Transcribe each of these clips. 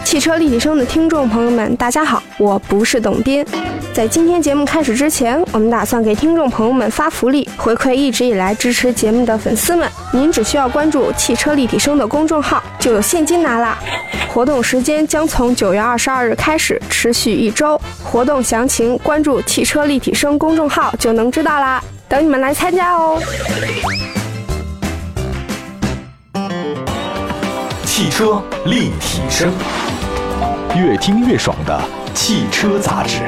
汽车立体声的听众朋友们，大家好，我不是董斌。在今天节目开始之前，我们打算给听众朋友们发福利，回馈一直以来支持节目的粉丝们。您只需要关注汽车立体声的公众号，就有现金拿啦。活动时间将从9月22日开始，持续1周。活动详情关注汽车立体声公众号就能知道啦。等你们来参加哦。 汽车立体声，越听越爽的汽车杂志。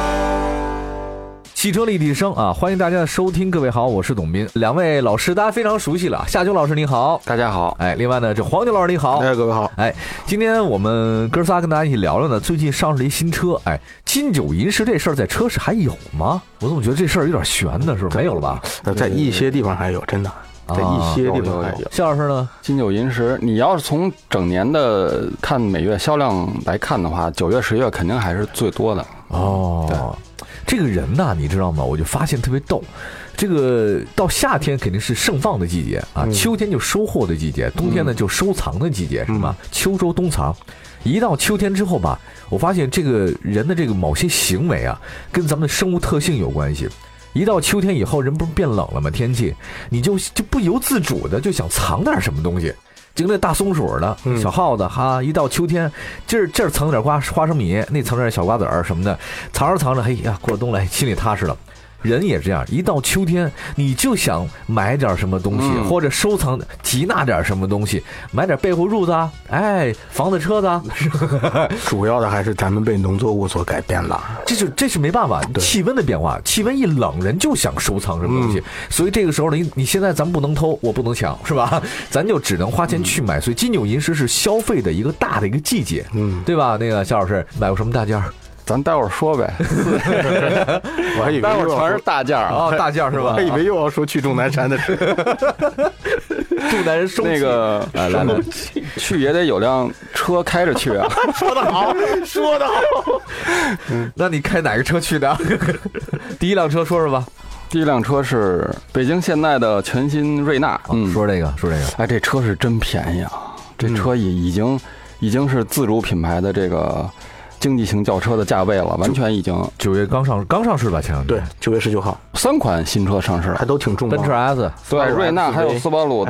汽车立体声啊，欢迎大家的收听。各位好，我是董斌。两位老师大家非常熟悉了，夏秋老师你好。 大家好。 另外呢，这黄牛老师你好。 各位好。 今天我们哥仨跟大家一起聊聊呢，最近上市了一新车。金九银十这事儿在车市还有吗？我怎么觉得这事儿有点悬呢？是不是没有了吧？ 在一些地方还有，真的。在一些地方还有。 夏老师呢？ 金九银十，你要是从整年的看每月销量来看的话，9月、10月肯定还是最多的。 哦，这个人呢，你知道吗？我就发现特别逗。这个到夏天肯定是盛放的季节啊，秋天就收获的季节，冬天呢就收藏的季节，是吧？秋收冬藏。一到秋天之后吧，我发现这个人的这个某些行为啊，跟咱们的生物特性有关系。一到秋天以后，人不是变冷了吗？天气，你就不由自主的就想藏点什么东西。就那大松鼠的小耗子哈，一到秋天，这儿藏点花生米，那藏点小瓜子儿什么的，藏着藏着，哎呀，过了冬来心里踏实了。人也这样，一到秋天你就想买点什么东西，或者收藏集纳点什么东西，买点被褥褥子啊，房子车子啊。 主要的还是咱们被农作物所改变了， 这是没办法，气温的变化，气温一冷人就想收藏什么东西，所以这个时候呢，你现在咱不能偷，我不能抢，是吧？咱就只能花钱去买，所以金九银十是消费的一个大的一个季节，对吧？那个夏老师买过什么大件？ 咱待会儿说呗。 我还以为待会儿全是大件啊，大件是吧？ 我还以为又要说去终南山的事。 祝男人收起。 那个来，去也得有辆车开着去啊。 说得好，说得好。 那你开哪个车去的？第一辆车说说吧。 第一辆车是北京现代的全新瑞纳。 说这个。 这车是真便宜啊！这车已经是自主品牌的这个经济型轿车的价位了，完全已经 9月刚上市吧？前两天对，9月19号 ，3款新车上市了， 还都挺重磅。 奔驰 S， 对，瑞纳还有斯巴鲁的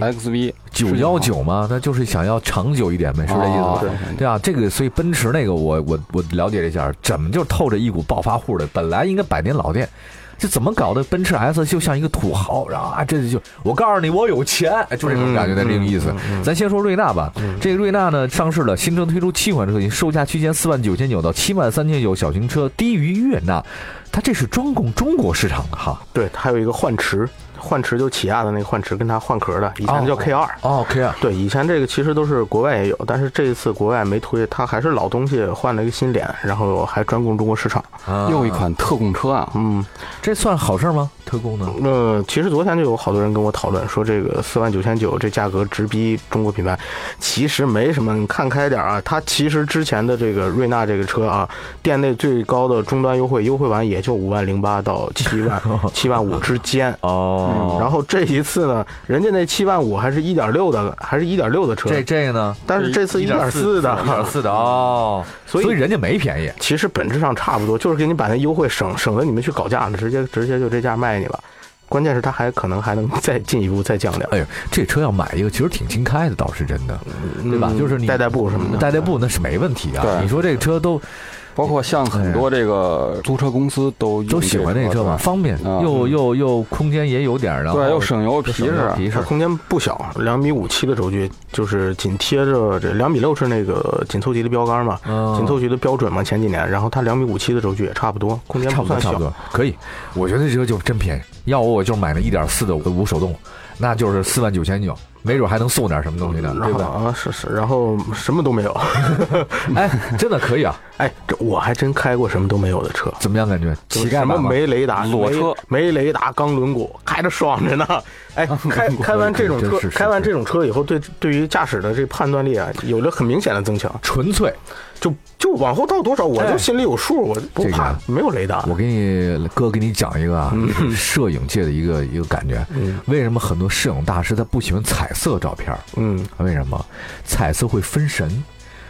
XV 919嘛，那就是想要长久一点呗，是这意思吧？对啊，这个所以奔驰那个我了解了一下，怎么就透着一股暴发户的？本来应该100年老店。这怎么搞的？奔驰 S 就像一个土豪，然后这就我告诉你我有钱，就这种感觉的这个意思。咱先说瑞纳吧，这个瑞纳呢上市了，新车推出7款车型，售价区间49900到73900，小型车低于悦纳，它这是专供中国市场的哈。 对，它还有一个幻驰就起亚的那个幻驰，跟它换壳的，以前叫 K2。 K2。 对，以前这个其实都是国外也有，但是这一次国外没推，它还是老东西换了一个新脸，然后还专供中国市场。 又一款特供车啊， 这算好事吗？特供呢？ 其实昨天就有好多人跟我讨论说，这个49900这价格直逼中国品牌，其实没什么，你看开点啊。它其实之前的这个瑞纳这个车啊，店内最高的终端优惠完也就50800到75000之间然后这一次呢，人家那75000还是1.6的车， 这个呢？ 但是这次1.4的哦，所以人家没便宜。 其实本质上差不多，就是给你把那优惠省得你们去搞价了，直接就这价卖你了。关键是它可能还能再进一步再降点。 这车要买一个，其实挺经开的，倒是真的，对吧？就是你代步什么的， 代步那是没问题啊。你说这个车都。 包括像很多这个租车公司都喜欢这车嘛，方便，又空间也有点，然后对，又省油皮实， 空间不小，2.57米的轴距，就是紧贴着这2.6米是那个紧凑级的标杆嘛，紧凑级的标准嘛，前几年，然后它2.57米的轴距也差不多，空间不算小， 可以。我觉得这车就真便宜，要我就买那1.4的无手动，那就是49900，没准还能送点什么东西呢，对吧？ 是，然后什么都没有， 真的可以啊！ 这我还真开过什么都没有的车， 怎么样感觉？ 乞丐什么没雷达裸车， 没雷达钢轮毂，开着爽着呢。开完这种车以后，对于驾驶的这判断力啊，有了很明显的增强， 纯粹。 就往后到多少，我就心里有数，我不怕，没有雷达。 我给你讲一个啊，摄影界的一个感觉。为什么很多摄影大师他不喜欢彩色照片？为什么？彩色会分神。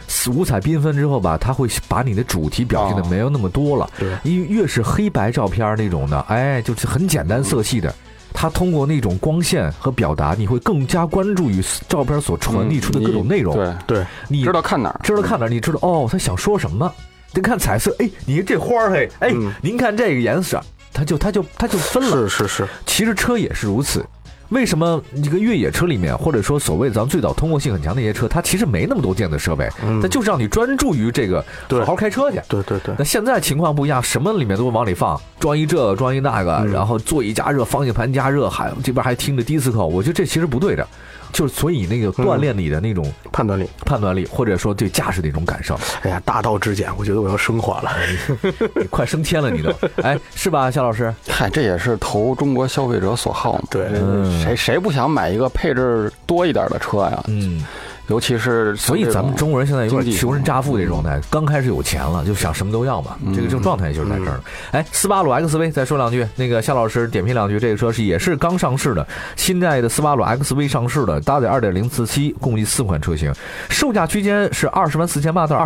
五彩缤纷之后吧，它会把你的主题表现的没有那么多了。 对， 因为越是黑白照片那种的，哎，就是很简单色系的。它通过那种光线和表达，你会更加关注于照片所传递出的各种内容。 对，你知道看哪儿， 你知道哦，他想说什么。您看彩色，哎，你看这花儿，嘿，哎，您看这个颜色，它就分了。 是。 其实车也是如此。为什么这个越野车里面，或者说所谓咱们最早通过性很强的一些车，它其实没那么多电子设备，它就是让你专注于这个好好开车去。 对。 那现在情况不一样，什么里面都往里放，装一这装一那个，然后座椅加热，方向盘加热，还这边还听着disco，我觉得这其实不对的。就是所以那个锻炼你的那种判断力， 或者说对驾驶的一种感受。 哎呀，大道至简，我觉得我要升华了， 你快升天了，你都哎，是吧，夏老师？ 嗨，这也是投中国消费者所好嘛。 对， 谁不想买一个配置多一点的车呀？尤其是所以咱们中国人现在有点穷人乍富这种的，刚开始有钱了就想什么都要嘛，这种状态就是在这儿。哎，斯巴鲁 XV 再说两句，那个夏老师点评两句，这个车也是刚上市的，新代的斯巴鲁 XV 上市的，搭载 2.0 自吸，共计4款车型，售价区间是20.48万到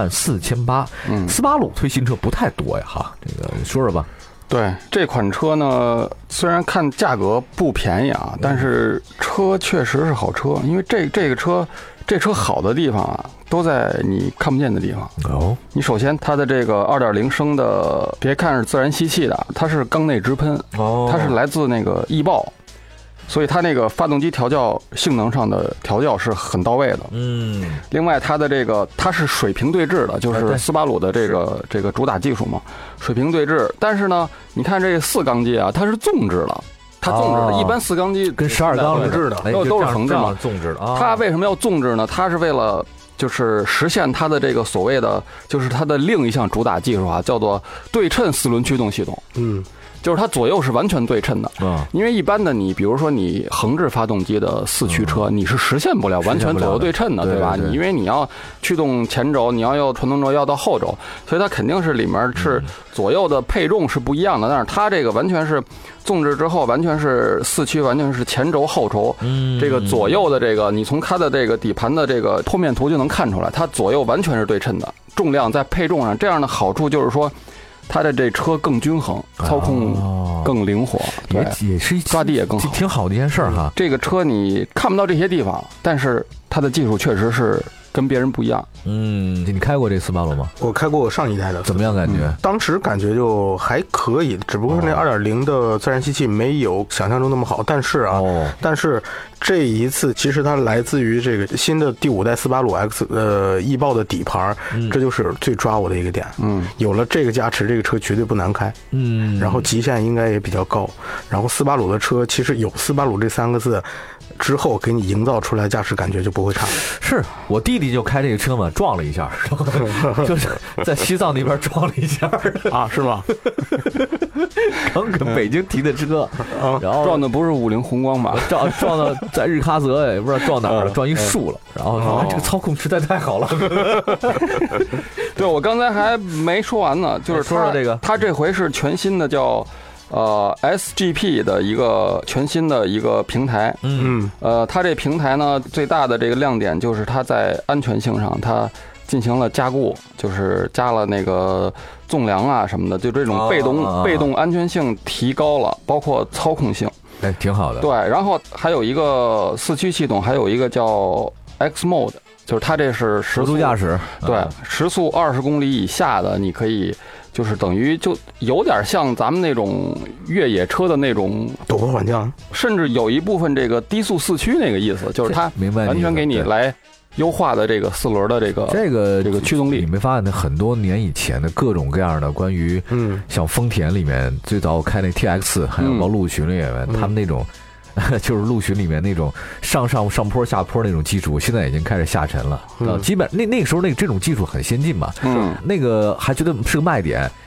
23.48万。斯巴鲁推新车不太多呀，哈，这个说说吧。 对，这款车呢，虽然看价格不便宜啊，但是车确实是好车，因为这车好的地方啊，都在你看不见的地方。 哦， 你首先它的这个2.0升的，别看是自然吸气的，它是缸内直喷，它是来自那个易豹。所以它那个发动机调教性能上的调教是很到位的。另外它的这个它是水平对置的，就是斯巴鲁的这个主打技术嘛，水平对置。但是呢，你看这4缸机啊，它是纵置的，它纵置的，一般4缸机跟12缸横置的， 都是横置嘛， 纵置的。 它为什么要纵置呢？它是为了就是实现它的这个所谓的，就是它的另一项主打技术啊，叫做对称4轮驱动系统。就是它左右是完全对称的，因为一般的你比如说你横置发动机的4驱车，你是实现不了完全左右对称的，对吧？你因为你要驱动前轴，你要传动轴要到后轴，所以它肯定是里面是左右的配重是不一样的。但是它这个完全是纵置之后，完全是4驱，完全是前轴后轴，这个左右的这个，你从它的这个底盘的这个剖面图就能看出来，它左右完全是对称的，重量在配重上，这样的好处就是说。它的这车更均衡，操控更灵活， 也是抓地也更好， 挺好的一件事儿哈。 这个车你看不到这些地方，但是它的技术确实是跟别人不一样。 你开过这斯巴鲁吗？ 我开过上一代的， 怎么样感觉？ 当时感觉就还可以，只不过是那2.0的自然吸气没有想象中那么好。但是但是这一次其实它来自于这个新的第5代斯巴鲁 易豹的底盘，这就是最抓我的一个点。有了这个加持，这个车绝对不难开。然后极限应该也比较高。然后斯巴鲁的车其实有斯巴鲁这3个字之后，给你营造出来驾驶感觉就不会差。 是我弟弟就开这个车嘛，撞了一下，就是在西藏那边撞了一下啊，是吗？ 刚跟北京提的车，然后撞的不是50宏光吧？ 撞到在日喀则，也不知道撞哪儿了，撞一树了。然后说这个操控实在太好了。 对，我刚才还没说完呢，就是说说这个， 他这回是全新的叫。SGP 的一个全新的一个平台，它这平台呢最大的这个亮点就是它在安全性上，它进行了加固，就是加了那个纵梁啊什么的，就这种被动安全性提高了，包括操控性， 哎，挺好的。 对，然后还有一个4驱系统，还有一个叫 X Mode， 就是它这是时速驾驶， 对，时速20公里以下的，你可以。就是等于就有点像咱们那种越野车的那种陡坡缓降， 甚至有一部分这个低速4驱那个意思，就是它完全给你来优化的这个4轮的这个驱动力。 你没发现很多年以前的各种各样的关于像丰田里面最早开那 TX， 还有包陆巡里面他们那种。就是陆巡里面那种上坡下坡那种技术，现在已经开始下沉了。基本那个时候这种技术很先进嘛，那个还觉得是个卖点。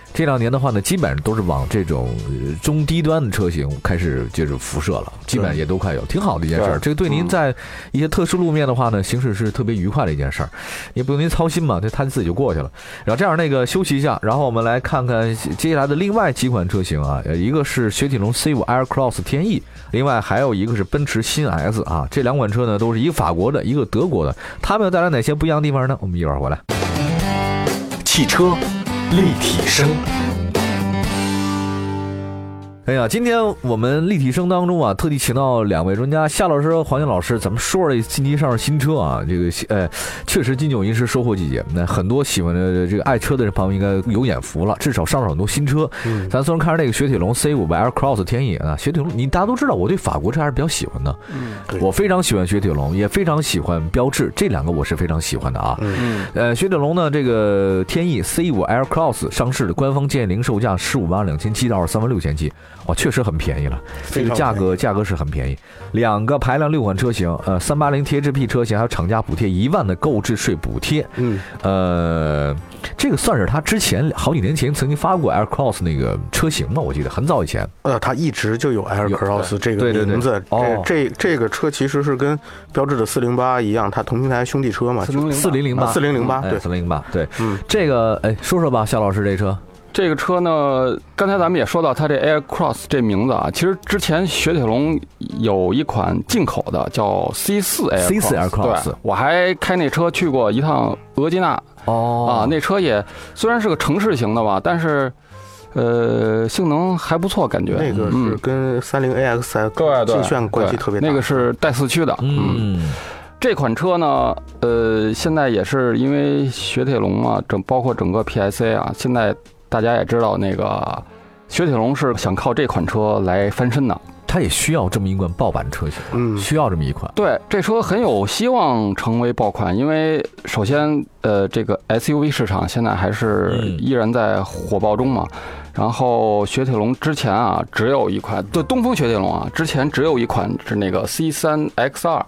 这2年的话呢，基本上都是往这种中低端的车型开始就是辐射了，基本上也都快有，挺好的一件事儿。这个对您在一些特殊路面的话呢，行驶是特别愉快的一件事儿，也不用您操心嘛，它自己就过去了。然后这样休息一下，然后我们来看看接下来的另外几款车型啊，一个是雪铁龙 C5 Aircross 天翼，另外还有一个是奔驰新 S 啊，这2款车呢都是一个法国的，一个德国的，它们又带来哪些不一样的地方呢？我们一会儿回来。 汽车立体声。 哎呀，今天我们立体声当中啊，特地请到2位专家，夏老师、黄金老师，咱们说说这近期上市新车啊，这个确实金九银十收获季节，那很多喜欢的这个爱车的人朋友应该有眼福了，至少上市很多新车。咱虽然看着这个雪铁龙 C5 Aircross 天翼啊，雪铁龙大家都知道，我对法国车还是比较喜欢的，我非常喜欢雪铁龙，也非常喜欢标致，这2个我是非常喜欢的啊。雪铁龙呢，这个天翼 C5 Aircross 上市的官方建议零售价152700到236000，哇，确实很便宜了，这个价格是很便宜。2个排量6款车型，380 THP 车型，还有厂家补贴1万的购置税补贴。这个算是他之前好几年前曾经发过 Aircross 那个车型嘛，我记得很早以前。 他一直就有 Aircross 这个名字。这个车其实是跟标致的408一样，它同平台兄弟车嘛，4008，对 ，4008，对，这个说说吧，夏老师， 这个车呢，刚才咱们也说到它这 Aircross 这名字啊，其实之前雪铁龙有一款进口的叫 C4 Aircross， 对，我还开那车去过一趟额济纳。那车也虽然是个城市型的吧，但是性能还不错，感觉那个是跟30AX 劲炫关系特别大， 那个是带4驱的。这款车呢，现在也是因为雪铁龙啊，包括整个 PSA 啊，现在大家也知道，那个雪铁龙是想靠这款车来翻身的， 它也需要这么一款爆版车型，需要这么一款。 对，这车很有希望成为爆款，因为首先，这个 SUV 市场现在还是依然在火爆中嘛。然后雪铁龙之前啊，只有一款，对，东风雪铁龙啊，之前只有一款是那个 C3XR，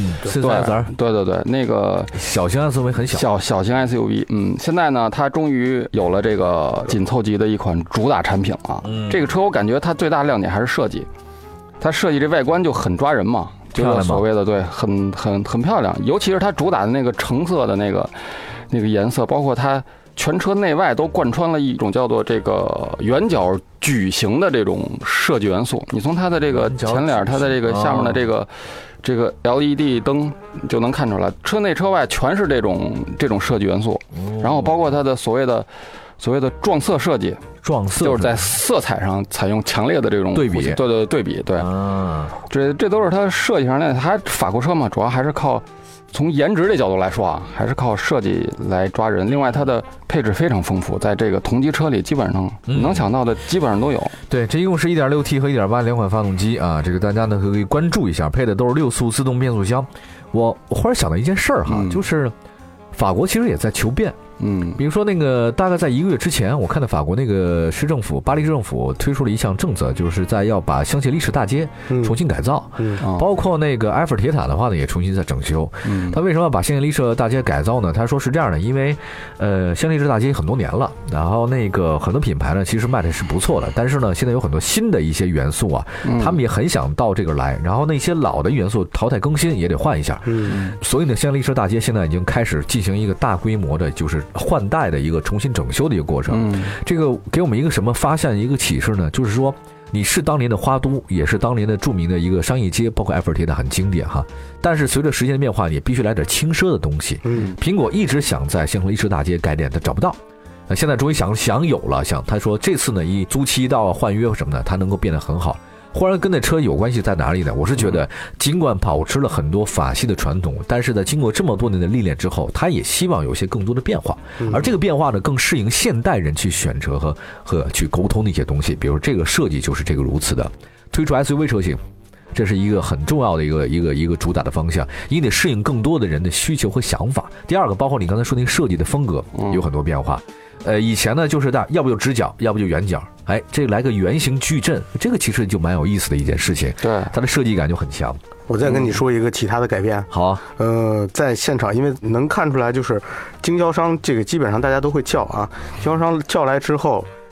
C3XR， 对，那个小型 SUV 很小型 SUV， 现在呢，它终于有了这个紧凑级的一款主打产品啊。这个车我感觉它最大的亮点还是设计，它设计这外观就很抓人嘛，就是所谓的对，很漂亮，尤其是它主打的那个橙色的那个颜色，包括它全车内外都贯穿了一种叫做这个圆角矩形的这种设计元素。你从它的这个前脸，它的这个下面的这个 LED 灯就能看出来，车内车外全是这种设计元素。然后包括它的所谓的撞色设计，就是在色彩上采用强烈的这种对比， 对，这都是它设计上的。还法国车嘛，主要还是靠从颜值这角度来说啊，还是靠设计来抓人。另外，它的配置非常丰富，在这个同级车里基本上能想到的基本上都有。 对，这一共是 1.6T 和 1.8 2款发动机啊，这个大家呢可以关注一下，配的都是6速自动变速箱。我忽然想到一件事儿哈，就是法国其实也在求变。比如说那个大概在1个月之前，我看到法国那个巴黎市政府推出了一项政策，就是要把香榭丽舍大街重新改造，包括那个埃菲尔铁塔的话呢也重新在整修。他为什么要把香榭丽舍大街改造呢？他说是这样的，因为香榭丽舍大街很多年了，然后那个很多品牌呢其实卖的是不错的，但是呢现在有很多新的一些元素啊，他们也很想到这个来，然后那些老的元素淘汰更新也得换一下。所以呢香榭丽舍大街现在已经开始进行一个大规模的就是换代的一个重新整修的一个过程。这个给我们一个什么发现一个启示呢？就是说你是当年的花都，也是当年的著名的一个商业街，包括埃菲尔铁塔很经典哈。但是随着时间的变化，也必须来点轻奢的东西。苹果一直想在香榭丽舍大街改点，它找不到。现在终于想有了，他说这次呢一租期到换约什么的，它能够变得很好。忽然跟那车有关系在哪里呢？我是觉得尽管保持了很多法系的传统，但是呢经过这么多年的历练之后，他也希望有些更多的变化，而这个变化呢更适应现代人去选择和去沟通的一些东西。比如这个设计就是这个如此的，推出 SUV 车型，这是一个很重要的一个主打的方向，你得适应更多的人的需求和想法。第二个，包括你刚才说那个设计的风格有很多变化。以前呢就是要不就直角，要不就圆角，这来个圆形矩阵，这个其实就蛮有意思的一件事情。 对， 它的设计感就很强。 我再跟你说一个其他的改变。 好， 在现场，因为能看出来，就是经销商这个基本上大家都会叫啊，经销商叫来之后，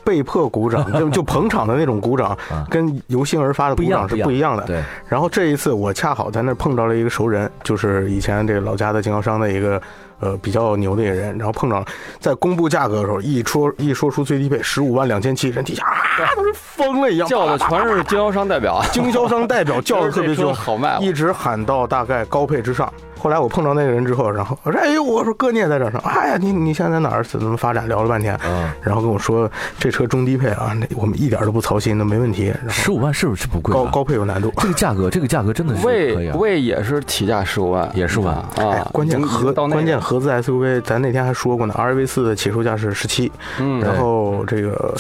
被迫鼓掌，就捧场的那种鼓掌，跟由心而发的鼓掌是不一样的。 对。 然后这一次我恰好在那碰到了一个熟人，就是以前这个老家的经销商的一个比较牛的一个人，然后碰上在公布价格的时候，一说出最低配152700，人底下都是疯了一样， 叫的全是经销商代表， 经销商代表叫的特别凶， 好卖， 一直喊到大概高配之上。后来我碰到那个人之后，然后我说：“哎呦，我说哥你也在这上？哎呀，你现在在哪儿？怎么发展？”聊了半天，然后跟我说这车中低配啊，我们一点都不操心的，没问题。 15万是不是不贵？ 高配有难度。 这个价格真的是可以啊。 魏也是起价15万， 也15万啊。关键合资 SUV， 咱那天还说过呢，RV4的起售价是17，然后这个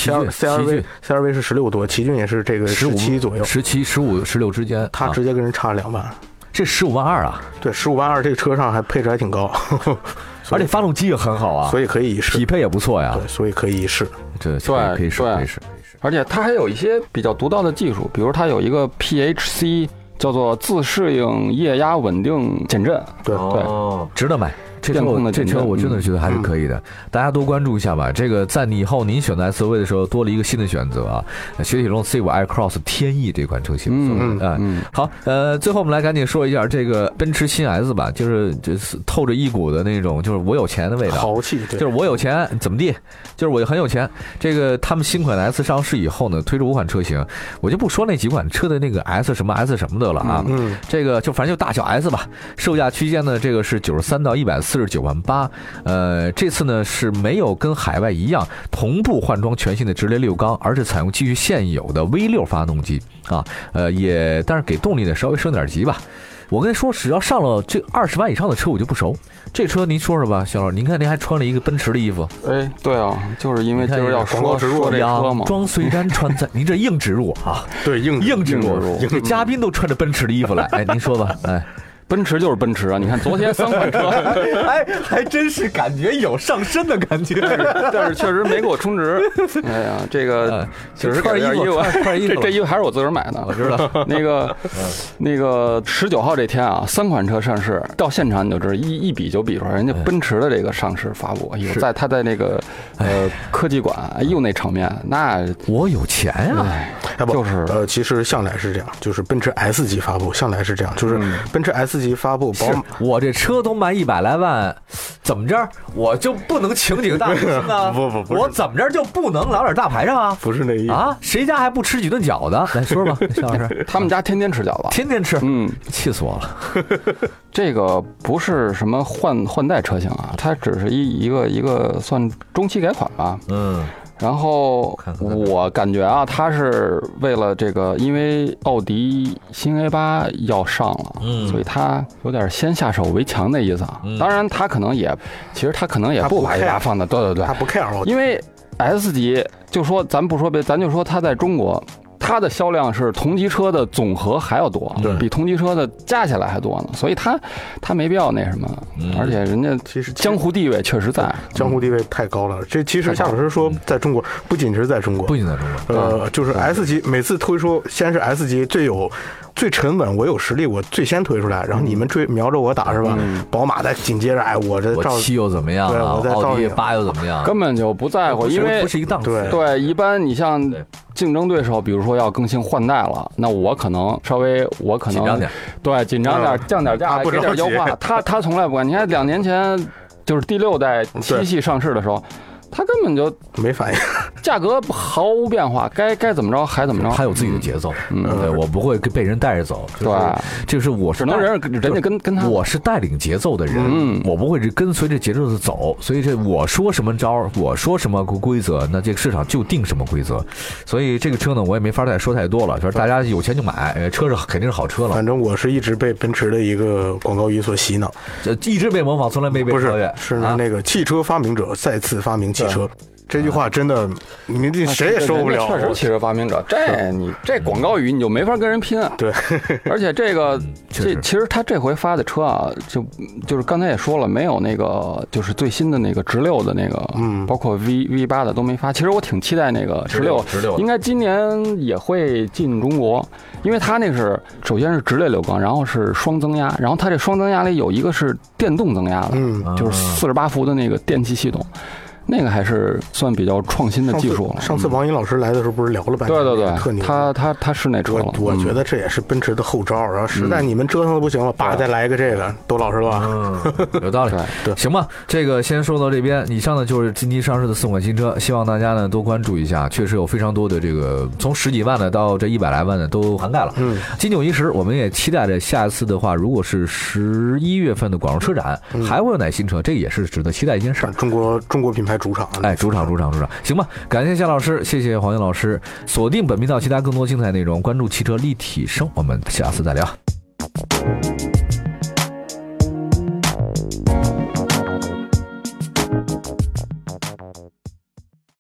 CRV 是16多，奇骏也是这个17左右 ，17、15、16之间， 他直接跟人差了2万。 这15万2啊？ 对，15万2，这个车上还配置还挺高， 而且发动机也很好啊， 所以可以一试， 匹配也不错呀。 对，所以可以一试， 这可以试。 而且它还有一些比较独到的技术，比如它有一个 PHC， 叫做自适应液压稳定减震， 对， 值得买。这车我真的觉得还是可以的，大家多关注一下吧。这个在你以后您选择 SUV 的时候，多了一个新的选择啊。雪铁龙 C5 iCross 天翼这款车型，好，最后我们来赶紧说一下这个奔驰新 S 吧，就是透着一股的那种，就是我有钱的味道， 豪气， 就是我有钱怎么地，就是我很有钱。这个他们新款的 S 上市以后呢，推出5款车型，我就不说那几款车的那个 S 什么的了啊，这个就反正就大小 S 吧，售价区间呢，这个是93到149万8，这次呢是没有跟海外一样同步换装全新的直列6缸，而是采用继续现有的 V6 发动机啊，但是给动力呢稍微升点级吧。我跟你说，只要上了这20万以上的车我就不熟。这车您说说吧，肖老师，您看您还穿了一个奔驰的衣服。 哎，对啊，就是因为就是要说这车嘛。 装虽然穿在您这硬植入啊， 对，硬植入， 这嘉宾都穿着奔驰的衣服来，哎，您说吧，哎。 奔驰就是奔驰啊！你看昨天3款车， 哎，还真是感觉有上身的感觉， 但是确实没给我充值。哎呀，这个确实穿衣服， 这衣服还是我自个儿买的， 我知道。 那个19号这天啊，3款车上市，到现场你就知道一比就比出来，人家奔驰的这个上市发布，哎呦，他在那个科技馆，哎呦那场面，那我有钱呀， 就是其实向来是这样，就是奔驰 S 级发布向来是这样，就是奔驰 S级发布， 我这车都卖100来万，怎么着我就不能请几个大明星呢？ 不， 我怎么着就不能来点大排场啊？ 不是那意思啊！谁家还不吃几顿饺子？来说吧，肖老师， 他们家天天吃饺子， 天天吃，气死我了。 这个不是什么换代车型啊，它只是一个算中期改款吧，然后我感觉啊，他是为了这个，因为奥迪新 A8 要上了，所以他有点先下手为强的意思啊。当然，他可能也不把 A8 放的，对， 他不 care， 因为 S 级就说咱不说别，咱就说他在中国。它的销量是同级车的总和还要多，比同级车的加起来还多呢，所以它没必要那什么，而且人家其实江湖地位确实在， 江湖地位太高了。这其实夏老师说，在中国不仅是在中国，就是 S 级每次推出，先是 S 级最沉稳，我有实力，我最先推出来，然后你们瞄着我打是吧？宝马再紧接着，哎，我 7又怎么样啊？奥迪8又怎么样？ 根本就不在乎，因为不是一个档次。对，一般你像竞争对手，比如说要更新换代了，那我可能紧张点， 对，紧张点，降点价，给点优惠。他从来不管。你看2年前就是第6代7系上市的时候。他根本就没反应， 价格毫无变化，该怎么着还怎么着。 他有自己的节奏，对，我不会被人带着走。 对， 就是我是只能人家跟他， 我是带领节奏的人，我不会跟随着节奏的走。所以我说什么招，我说什么规则，那这个市场就定什么规则。所以这个车呢，我也没法再说太多了，就是大家有钱就买，车是肯定是好车了。 反正我是一直被奔驰的一个广告语所洗脑， 一直被模仿，从来没被超越。 是那个汽车发明者再次发明汽车。这句话真的，你谁也受不了。 确实，汽车发明者，这广告语你就没法跟人拼。 对， 而且其实他这回发的车啊，就是刚才也说了，没有那个就是最新的那个直6的那个，包括 V8 的都没发。其实我挺期待那个直6，应该今年也会进中国，因为它那是首先是直列6缸，然后是双增压，然后它这双增压里有一个是电动增压的，就是48伏的那个电气系统。 那个还是算比较创新的技术了。 上次王英老师来的时候不是聊了半天？ 对， 特牛。 他是那车了。 我觉得这也是奔驰的后招，然后实在你们折腾的不行了，再来一个这个，都老实了吧？ 有道理。对，行吧，这个先说到这边。以上呢就是近期上市的4款新车，希望大家呢多关注一下，确实有非常多的这个从10几万的到这100来万的都涵盖了。金九银10，我们也期待着下一次的话，如果是11月份的广州车展，还会有哪新车，这也是值得期待一件事。 中国品牌主场， 主场，行吧。感谢夏老师，谢谢黄英老师，锁定本频道其他更多精彩内容，关注汽车立体声，我们下次再聊。